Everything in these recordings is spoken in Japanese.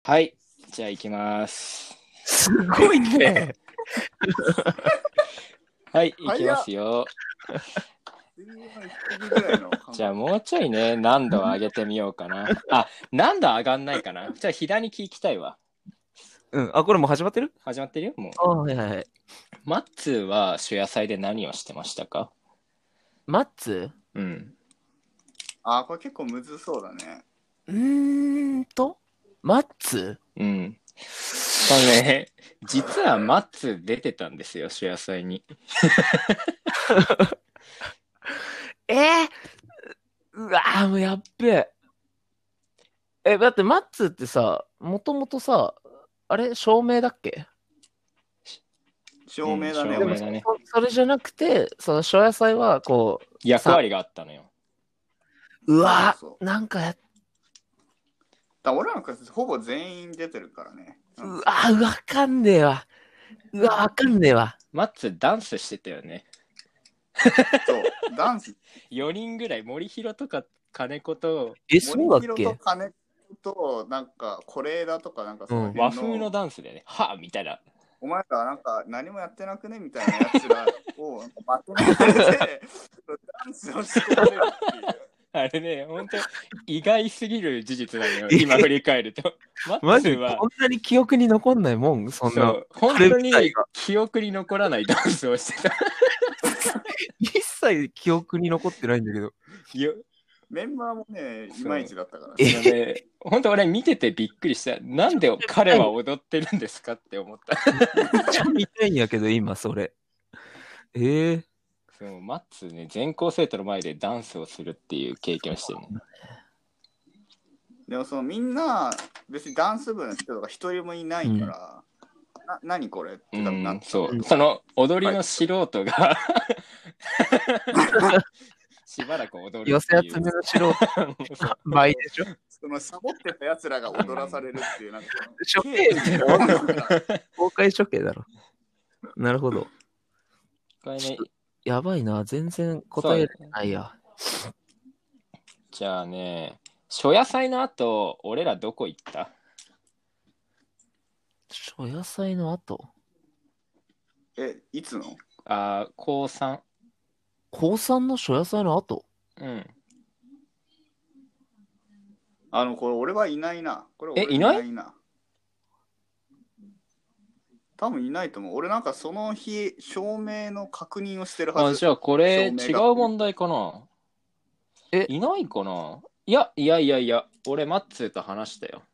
はい、じゃあ行きます。 すごいね。 はい、行きますよ。じゃあもうちょいね、難度を上げてみようかな。あ、難度上がんないかな。じゃあ左に聞きたいわ。 うん。あ、これもう始まってる？ 始まってるよ、もう。 あ、はいはいはい。 マッツーは主野菜で何をしてましたか？ マッツ？ うん。 あ、これ結構むずそうだね。 マッツ？ うん。これね、実はマッツー出てたんですよ、主野菜に。 えー、うわーもうやっべえ。だってマッツってさ、もともとさ、あれ照明だっけ？ 照明だね。 照明だね。 それじゃなくて、その初野菜はこう、 役割があったのよ。 うわそうーなんかだ俺なんかほぼ全員出てるからね。 うわーわかんねえわ。うわわかんねえわ。 マッツーダンスしてたよね。 そう、ダンス。 4人ぐらい、森弘とか金子と、 そうだっけ？ 森弘と金子と、なんか、是枝とか、なんかその辺の、 和風のダンスでね、はぁみたいな。 お前らなんか何もやってなくねみたいなやつらをまとめられて、ダンスをしてくれるっていう。 あれね、本当意外すぎる事実なのよ、今振り返ると。 マジでこんなに記憶に残んないもん、そんな。 本当に記憶に残らないダンスをしてた。 一切記憶に残ってないんだけど。 メンバーもね、いまいちだったから。 ね、本当俺見ててびっくりした。なんで彼は踊ってるんですかって思った。 めっちゃ見たいんやけど、今それ。 そうマッツね、全校生徒の前でダンスをするっていう経験をしてるの。 でもそのみんな別にダンス部の人とか一人もいないから、何これって多分なった。 そう、その踊りの素人がしばらく踊るっていう。 寄せ集めの素人倍でしょ。 そのサボってたやつらが踊らされるっていうなんか処刑みたいな。公開処刑だろ。なるほど。 これね、 やばいな、全然答えられないや。 じゃあね、初野菜の後、俺らどこ行った？ 初野菜の後？ いつの？ 高3。 高3の初野菜の後？ うん。 これ俺はいないな。これ俺いないな。多分いないと思う。俺なんかその日、照明の確認をしてるはず。 じゃあこれ違う問題かな？いないかな？いや、俺マッツーと話したよ。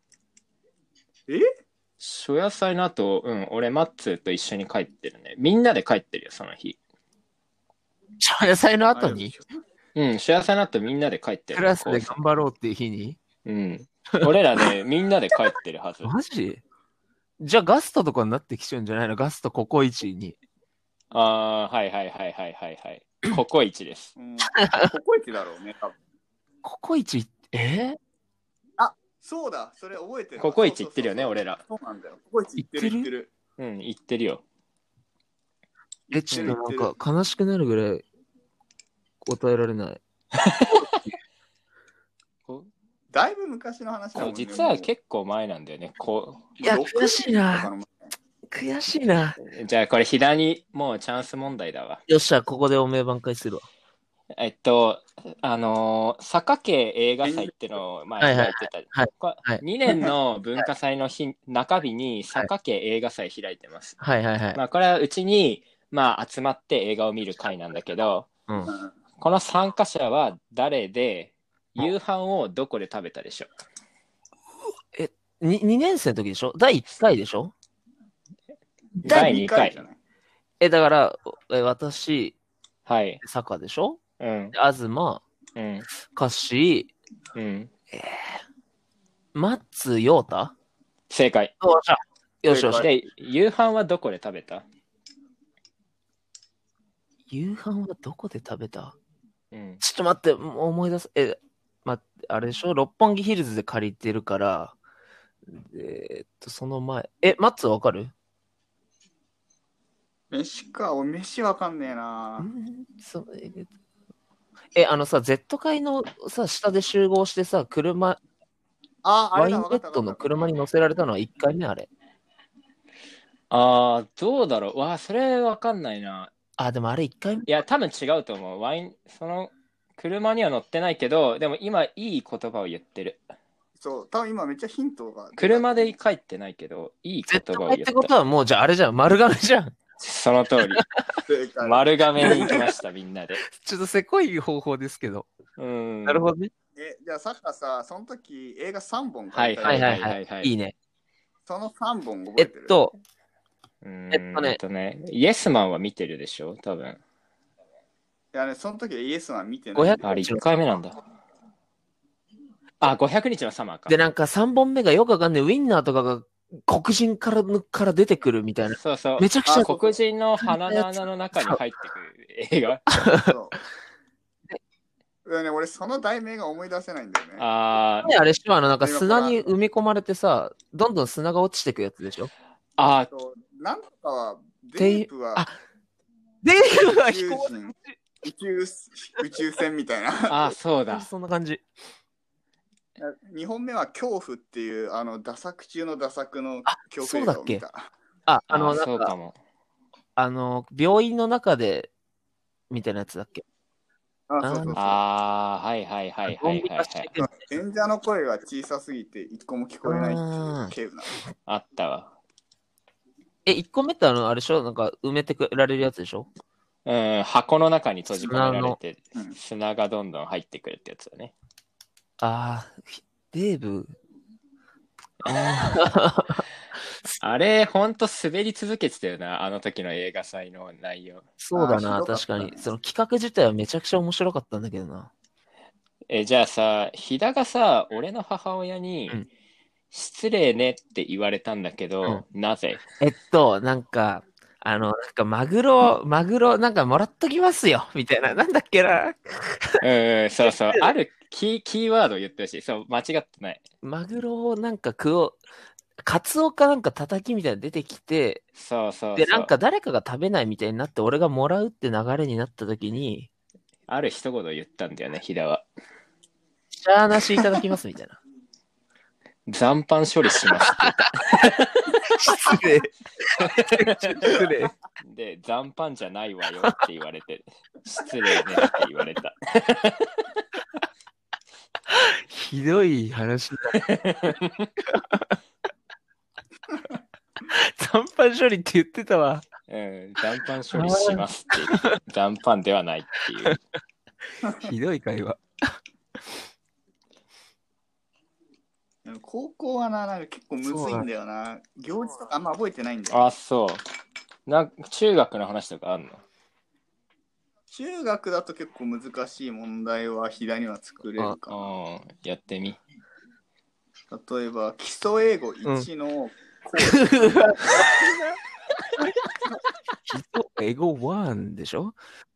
初野菜の後、俺マッツーと一緒に帰ってるね。みんなで帰ってるよ、その日。 初野菜の後に？ 初野菜の後みんなで帰ってる。 クラスで頑張ろうっていう日に？ 俺らね、みんんなで帰ってるはず。 マジ？じゃあガストとかになってきちゃうんじゃないの？ガストココイチに。 はい。ココイチです。 ココイチだろうね、多分。 ココイチ、 そうだ、それ覚えてる。 ココイチ行ってるよね、俺ら。 そうなんだよ。ココイチ行ってる。 行ってるよ。 ちょっとなんか悲しくなるぐらい答えられない。 だいぶ昔の話だもんね。 実は結構前なんだよね。 いや、悔しいな。悔しいな。 じゃあこれ左もうチャンス問題だわ。 よっしゃ、ここでお名挽回するわ。 佐賀家映画祭ってのを前開いてた。2年の文化祭の中日に佐賀家映画祭開いてます。 これはうちに、集まって映画を見る会なんだけど、この参加者は誰で、夕飯をどこで食べたでしょう？2年生の時でしょ？第1回でしょ？ 第2回。 だから、私、佐賀でしょ？東、カッシー、マッツ、ヨータ？ 正解。 よし。 で、夕飯はどこで食べた？ 夕飯はどこで食べた？ちょっと待って、思い出す。あれでしょ？六本木ヒルズで借りてるから、その前。マッツわかる？ 飯か、俺飯わかんねえな。 さ、Z 会のさ、下で集合してさ、車。 ワインレッドの車に乗せられたのは1回目あれ。 どうだろう。わあ、それわかんないな。 でもあれ1回目。 いや、多分違うと思う。その車には乗ってないけど、でも今いい言葉を言ってる。 そう、多分今めっちゃヒントが。 車で帰ってないけど、いい言葉を言った。 ってことはもうじゃああれじゃん、丸亀じゃん。 その通り。丸亀に行きました、みんなで。 ちょっとせこい方法ですけど。なるほどね。 じゃあサッカーさ、その時映画3本書いてある。 はい。いいね。 その3本覚えてる？ イエスマンは見てるでしょ多分。 いやね、その時イエスマン見てない。 あれ1回目なんだ。500日のサマーか。 で、なんか3本目がよくわかんない。ウィンナーとかが黒人から出てくるみたいな。 そうそう。 めちゃくちゃ黒人の鼻の穴の中に入ってくる映画。 そう。俺その題名が思い出せないんだよね。 あれしょ、なんか砂に埋め込まれてさ、どんどん砂が落ちてくやつでしょ。 なんとかは、デイプは宇宙船みたいな。 そうだ。 そんな感じ。 2本目は恐怖っていうダ作中のダ作の恐怖映画を見た。 そうかも。 病院の中でみたいなやつだっけ。 はい。 演者の声が小さすぎて1個も聞こえないっていうあったわ。 1個目ってあれでしょ、なんか埋めてくられるやつでしょ。 箱の中に閉じ込められて砂がどんどん入ってくるってやつだね。 デーブ。 あれ、ほんと滑り続けてたよな、あの時の映画祭の内容。 そうだな、確かに。その企画自体はめちゃくちゃ面白かったんだけどな。 じゃあさ、飛田がさ、俺の母親に、失礼ねって言われたんだけど、なぜ？ なんかマグロ、なんかもらっときますよ、みたいな。なんだっけな。 そう。あるキーワードを言ってほしい。そう、間違ってない。 マグロをなんかカツオかなんか叩きみたいな出てきて、 そう。 で、なんか誰かが食べないみたいになって、俺がもらうって流れになった時に、 ある一言言ったんだよね、飛田は。 しゃーなしいただきますみたいな。 残飯処理しますって言った。失礼。 で、残飯じゃないわよって言われて、失礼ねって言われた。 ひどい話だ。残飯処理って言ってたわ。 残飯処理しますって言って、残飯ではないっていう。 ひどい会話。 高校はなんか結構むずいんだよな。行事とかあんま覚えてないんだよ。 そう。中学の話とかあんの？ 中学だと結構難しい問題は左には作れるかな。 やってみ。 例えば、基礎英語1の講師。基礎英語1でしょ？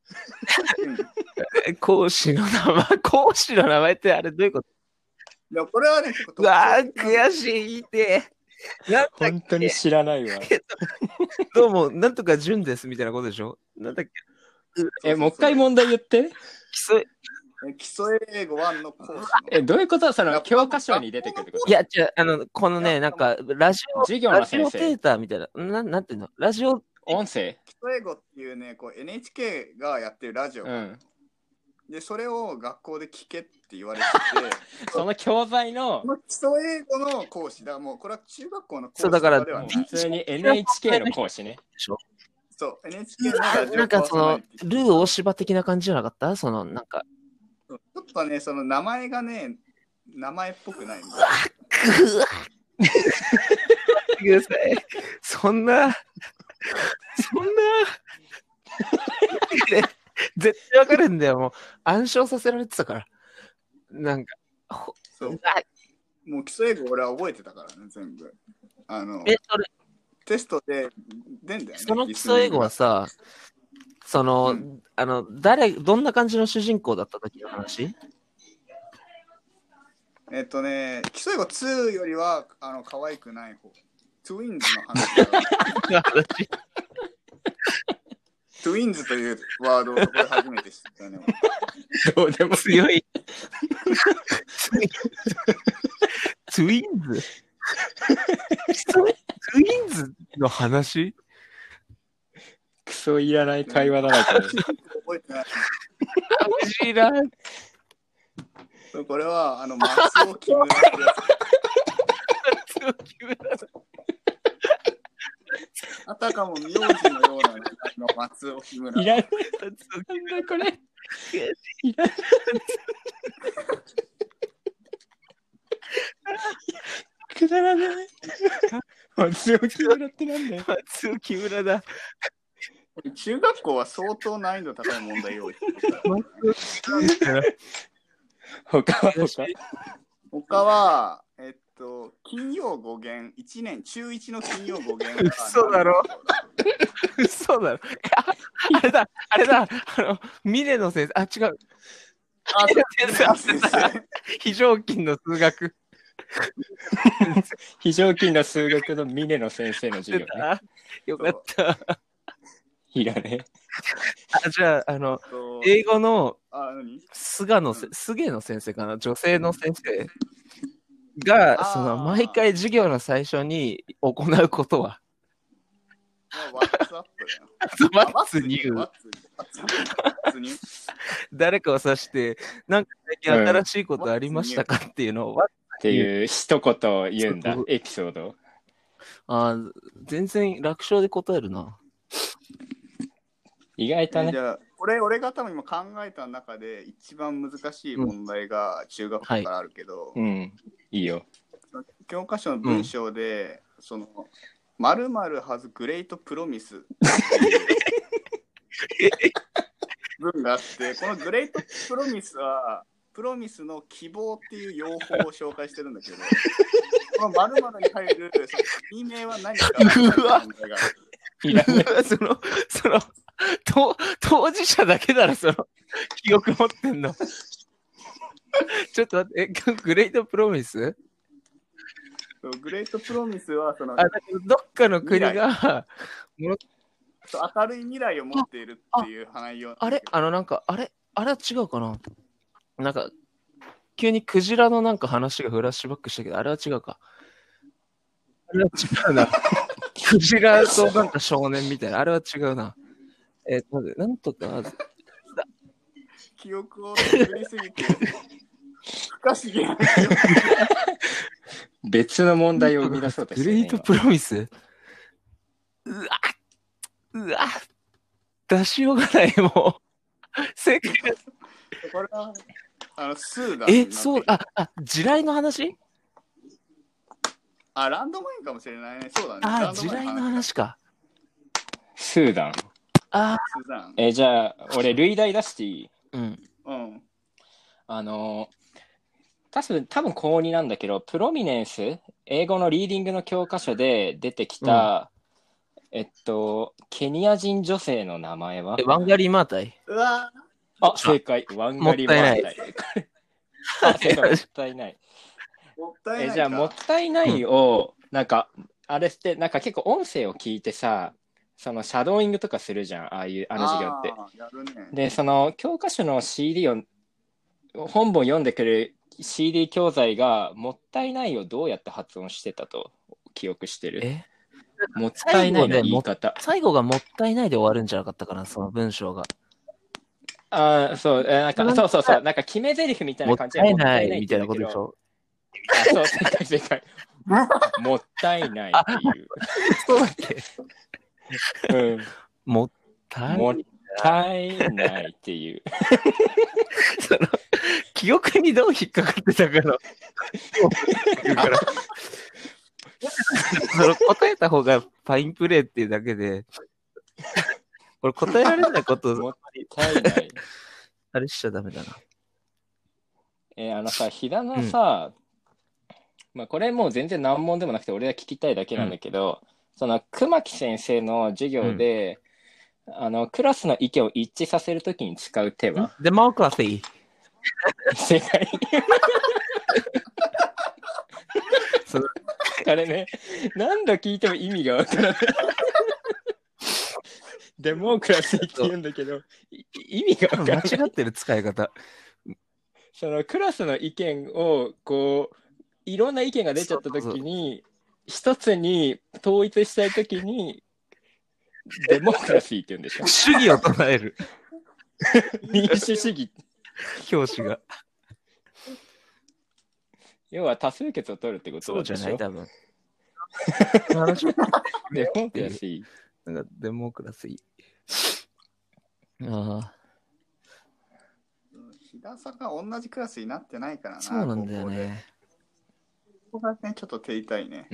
講師の名前ってあれどういうこと？ いや、これはね、 うわー、悔しいって。 本当に知らないわ。 どうも、なんとか順ですみたいなことでしょ？なんだっけ？もう一回問題言って。 基礎英語1の講師。どういうこと？その教科書に出てくるってこと？ いや、このね、なんか、ラジオ授業の先生。 ラジオデータみたいな。なんていうの？ラジオ音声？ 基礎英語っていうね、NHK がやってるラジオ。で、それを学校で聞けって言われてて、 その教材の基礎英語の講師だ。もうこれは中学校の講師とかではない。普通に NHK の講師ね。 そう、NHK のラジオ。 なんかその、ルー大柴的な感じじゃなかった？その、なんか。 ちょっとね、その名前がね、名前っぽくないんだ。 そんな絶対わかるんだよ、もう。暗唱させられてたから。なんか。 そう。もう基礎英語俺は覚えてたからね、全部。テストで出んだよね。 その基礎英語はさ、その、どんな感じの主人公だった時の話？ 基礎英語2よりは、可愛くない方。トゥインズの話。トゥインズというワードをそこで初めて知ったね。 どうでも強い。 ツインズツインズの話クソいらない会話だな、これ。 覚えてない。 面白い。 これは、松尾木村ってや松尾木村だ。 つ。あたかも名字のような名前の松尾木村。 いらない。 松尾木村なんだこれ。いらない。くだらない。松尾木村ってなんだよ。 松尾木村だ。 中学校は相当難易度高い問題用意してるから。他は、金曜語源、1年、中1の金曜語源が。 嘘だろ。嘘だろ。あれだ、峰野先生、あ、違う。非常勤の数学。 非常勤の数学の峰野先生の授業、ね。 よかった。 いらね。 じゃあ、英語の菅野先生かな、女性の先生が、毎回授業の最初に行うことはワッツアップだよ。ワッツニュー。誰かを指して、なんか最近新しいことありましたかっていうのを、 っていう一言言うんだ、エピソード。 全然楽勝で答えるな。 意外とね。 じゃあ俺が多分今考えた中で一番難しい問題が中学校からあるけど、 いいよ。 教科書の文章で、〇〇はずグレートプロミス文があって、このグレートプロミスはプロミスの希望っていう用法を紹介してるんだけど、この〇〇に入る意味名は何かっていう問題がある。 いらない。当事者だけだろ、記憶持ってんの。ちょっと待って、グレートプロミス？ グレートプロミスはどっかの国が明るい未来を持っているっていう内容。 あれは違うかな。なんか急にクジラのなんか話がフラッシュバックしたけど、あれは違うか。あれは違うな。クジラとなんか少年みたいな、あれは違うな。なんとか記憶を作りすぎて不可思議な別の問題を生み出そうとして、 グレートプロミス。うわ出しようがないもう。正解です。 これはスーダン。 そう、地雷の話？ ランドマインかもしれないね。そうだね。 地雷の話か。 スーダン。じゃあ俺類題出していい？多分高2なんだけど、プロミネンス、英語のリーディングの教科書で出てきた、ケニア人女性の名前は？ ワンガリーマータイ。 正解。ワンガリーマータイ。もったいない。じゃあもったいないを、なんかあれってなんか結構音声を聞いてさ、シャドーイングとかするじゃん、あの授業って。で、教科書の CD を本文読んでくる CD 教材がもったいないをどうやって発音してたと記憶してる？もったいないの言い方。 最後がもったいないで終わるんじゃなかったかな、その文章が。 そう、なんか決め台詞みたいな感じでもったいないみたいなことでしょ。 そう、正解。もったいないっていう。 そうだっけ？もったいないっていう。 記憶にどう引っかかってたかの。答えた方がファインプレーっていうだけで、これ答えられないこともったいない。 あれしちゃダメだな。飛騨のさ、これもう全然難問でもなくて俺は聞きたいだけなんだけど、熊木先生の授業で、クラスの意見を一致させるときに使う手は？ デモクラシー。 正解。あれね、何度聞いても意味がわからない。デモクラシーって言うんだけど、意味がわからない。 間違ってる使い方。 クラスの意見をこういろんな意見が出ちゃった時に、一つに統一したい時に、デモクラシーって言うんでしょ。 主義を唱える。 民主主義。 教師が。 要は多数決を取るってことそうじゃない、 でしょ。 多分。 デモクラシー。なんかデモクラシー。ああ。 日田さんが同じクラスになってないからな。 そうなんだよね。 ここがね、ちょっと手痛いね。 うん。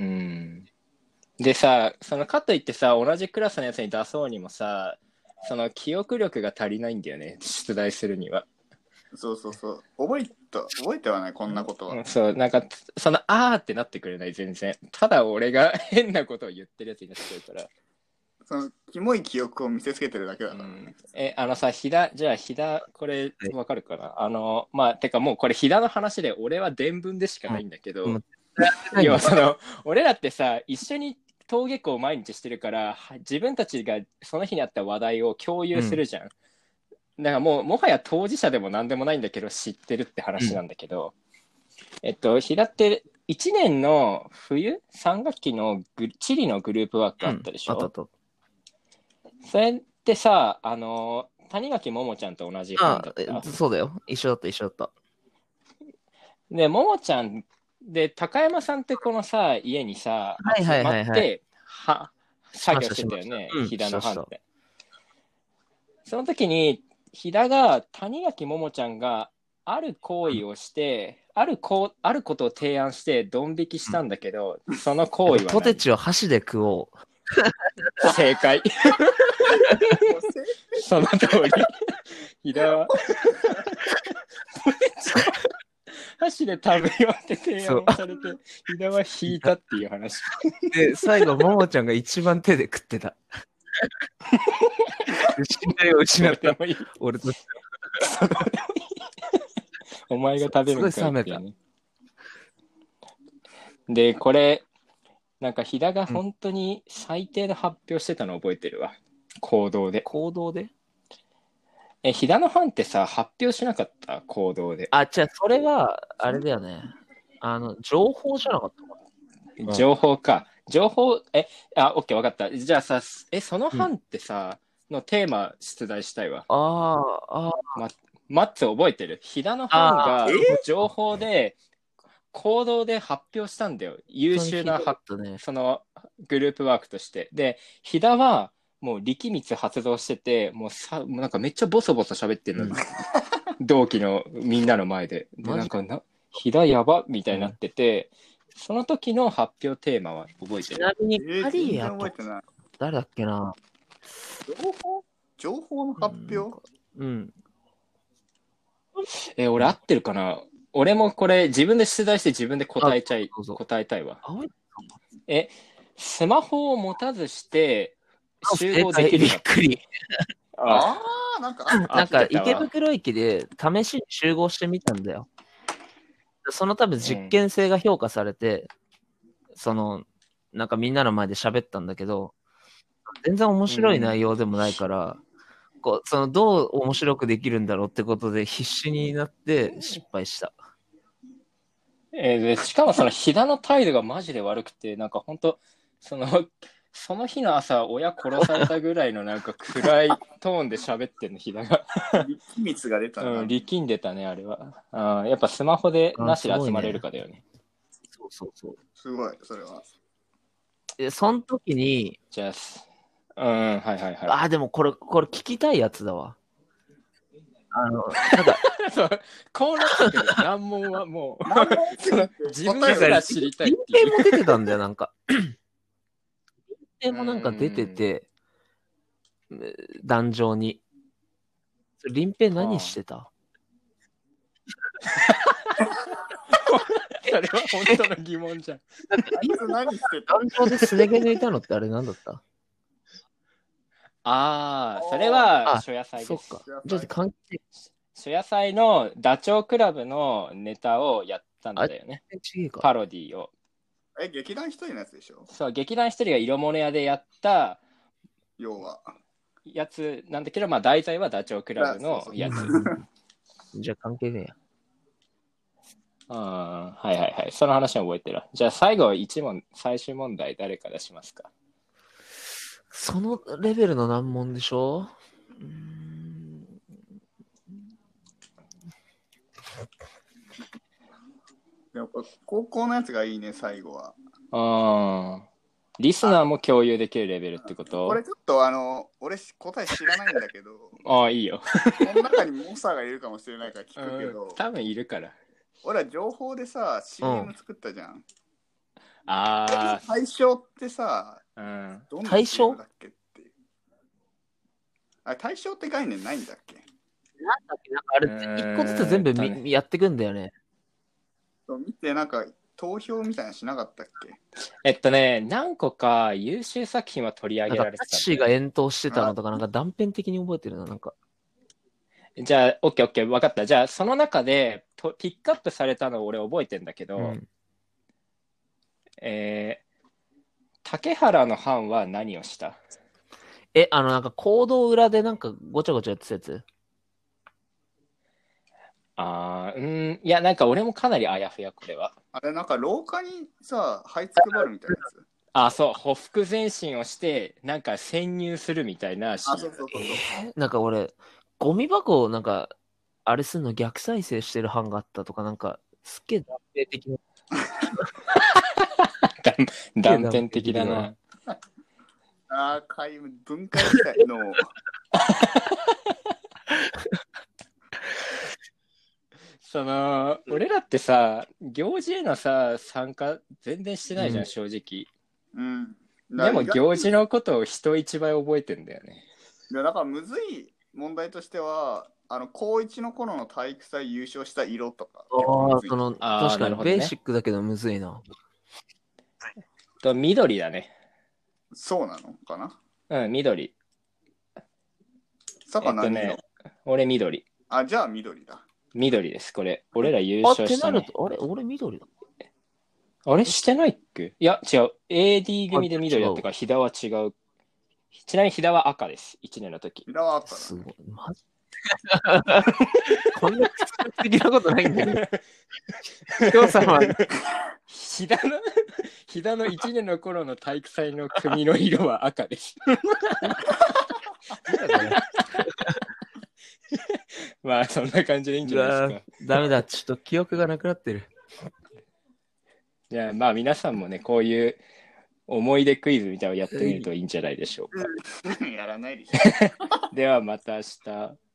でさ、そのかといってさ、同じクラスのやつに出そうにもさ、その記憶力が足りないんだよね、出題するには。 そうそうそう。覚えてはない、こんなことは。 そう、なんか、その、あーってなってくれない、全然。ただ俺が変なことを言ってるやつになっちゃうから。 その、キモい記憶を見せつけてるだけだからね。 さ、じゃあ、飛騨、これ、わかるかな？まあ、てかもうこれ、飛騨の話で、俺は伝聞でしかないんだけど、要はその、俺らってさ、一緒に登下校を毎日してるから、自分たちがその日にあった話題を共有するじゃん。だからもはや当事者でも何でもないんだけど、知ってるって話なんだけど、飛騨って1年の冬3学期の地理のグループワークあったでしょ。それってさ、谷垣桃ちゃんと同じ班だった。 そうだよ。一緒だった。 で、桃ちゃんで、高山さんってこのさ、家にさ、集まって、作業してたよね、飛騨の班で。その時に、飛騨が谷垣桃ちゃんがある行為をして、あることを提案してドン引きしたんだけど、その行為はポテチを箸で食おう。 正解。その通り。飛騨はポテチを箸で食べようって提案されて、飛騨は引いたっていう話。 で、最後、ももちゃんが一番手で食ってた。信頼を失った。俺としては。 お前が食べるんかいっていうね。で、これ、なんか飛騨が本当に最低で発表してたの覚えてるわ。行動で。 行動で？ 飛騨の班ってさ、発表しなかった行動で。 じゃあそれは、あれだよね。情報じゃなかったかな。 情報か。情報、オッケー、わかった。じゃあさ、その班ってさ、のテーマ出題したいわ。マッツ覚えてる？飛騨の班が情報で、行動で発表したんだよ。優秀な、そのグループワークとして。で、飛騨はもう力密発動してて、もうなんかめっちゃボソボソ喋ってるの、同期のみんなの前で。で、なんか飛騨やばみたいになってて、その時の発表テーマは覚えてる？ ちなみに、カリーやと誰だっけな？ 情報の発表？ 俺合ってるかな？俺もこれ自分で出題して自分で答えたいわ。スマホを持たずして集合できる。 びっくり。 なんか池袋駅で試しに集合してみたんだよ。その多分実験性が評価されて、なんかみんなの前で喋ったんだけど、全然面白い内容でもないから、どう面白くできるんだろうってことで必死になって失敗した。 しかもその飛騨の態度がマジで悪くて、なんか本当その日の朝親殺されたぐらいのなんか暗いトーンで喋ってんの、飛騨が。 力密が出たな。 力んでたね、あれは。やっぱスマホでなしで集まれるかだよね。 そう。 すごい、それは。 その時に、 じゃあ、はい。 でもこれ聞きたいやつだわ。なんかそうこうなってくる。難問はもう自分から知りたいっていう。 リンペイも出てたんだよ、なんか。リンペイもなんか出てて、壇上に。リンペイ何してた？ それは本当の疑問じゃん。 何してた？ 壇上ですね毛抜いたのってあれ何だった？ それは初野菜です。 そうか。じゃあ関係。 初野菜のダチョウ倶楽部のネタをやったんだよね。パロディーを。 劇団一人のやつでしょ？ そう、劇団一人が色物屋でやった要はやつなんだけど、まあ題材はダチョウ倶楽部のやつ。 じゃあ関係ねえや。 はいはいはい。その話は覚えてる。じゃあ最後最終問題誰か出しますか？ そのレベルの難問でしょ？ やっぱ高校のやつがいいね、最後は。 リスナーも共有できるレベルってこと？ これちょっと俺答え知らないんだけど。 いいよ。 この中にモンスターがいるかもしれないから聞くけど。 多分いるから。 俺ら情報でさ、CM 作ったじゃん。 対象ってさ、どんな CM だっけっていう。対象って概念ないんだっけ？ なんだっけ、なんかあれ、一個ずつ全部やってくんだよね。 見て、なんか投票みたいなのしなかったっけ？何個か優秀作品は取り上げられてたんだよ。 タッシーが遠投してたのとか、なんか断片的に覚えてるな、なんか。 じゃあ、オッケー、分かった。じゃあ、その中でピックアップされたのを俺覚えてんだけど、竹原の班は何をした？ なんか行動裏でなんかごちゃごちゃやってたやつ？ いや、なんか俺もかなりあやふや、これは。 あれ、なんか廊下にさ、這いつくばるみたいなやつ。 そう、ほふく前進をして、なんか潜入するみたいなシーン。 そう。 なんか俺、ゴミ箱をなんか、あれすんの逆再生してる班があったとか、なんか、すっげえ断片的な。 断片的だな。 分解したいの。 俺らってさ、行事へのさ、参加全然してないじゃん、正直。でも行事のことを人一倍覚えてんだよね。 だからむずい問題としては、高1の頃の体育祭優勝した色とか。 確かにベーシックだけどむずいな。 緑だね。 そうなのかな？ 緑。 坂何色？ 俺緑。 じゃあ緑だ。 緑です、これ。俺ら優勝したね。 俺緑だ。 あれしてないっけ？いや、違う。AD 組で緑だったから、飛騨は違う。ちなみに飛騨は赤です。1年の時。 飛騨は赤だ。 すごい。マジこんな素敵なことないんだよね。翔さんは飛騨の1年の頃の体育祭の組の色は赤です。まあそんな感じでいいんじゃないですか。 ダメだ、ちょっと記憶がなくなってる。 じゃあまあ皆さんもね、こういう思い出クイズみたいなのをやってみるといいんじゃないでしょうか。 やらないでしょ。 ではまた明日。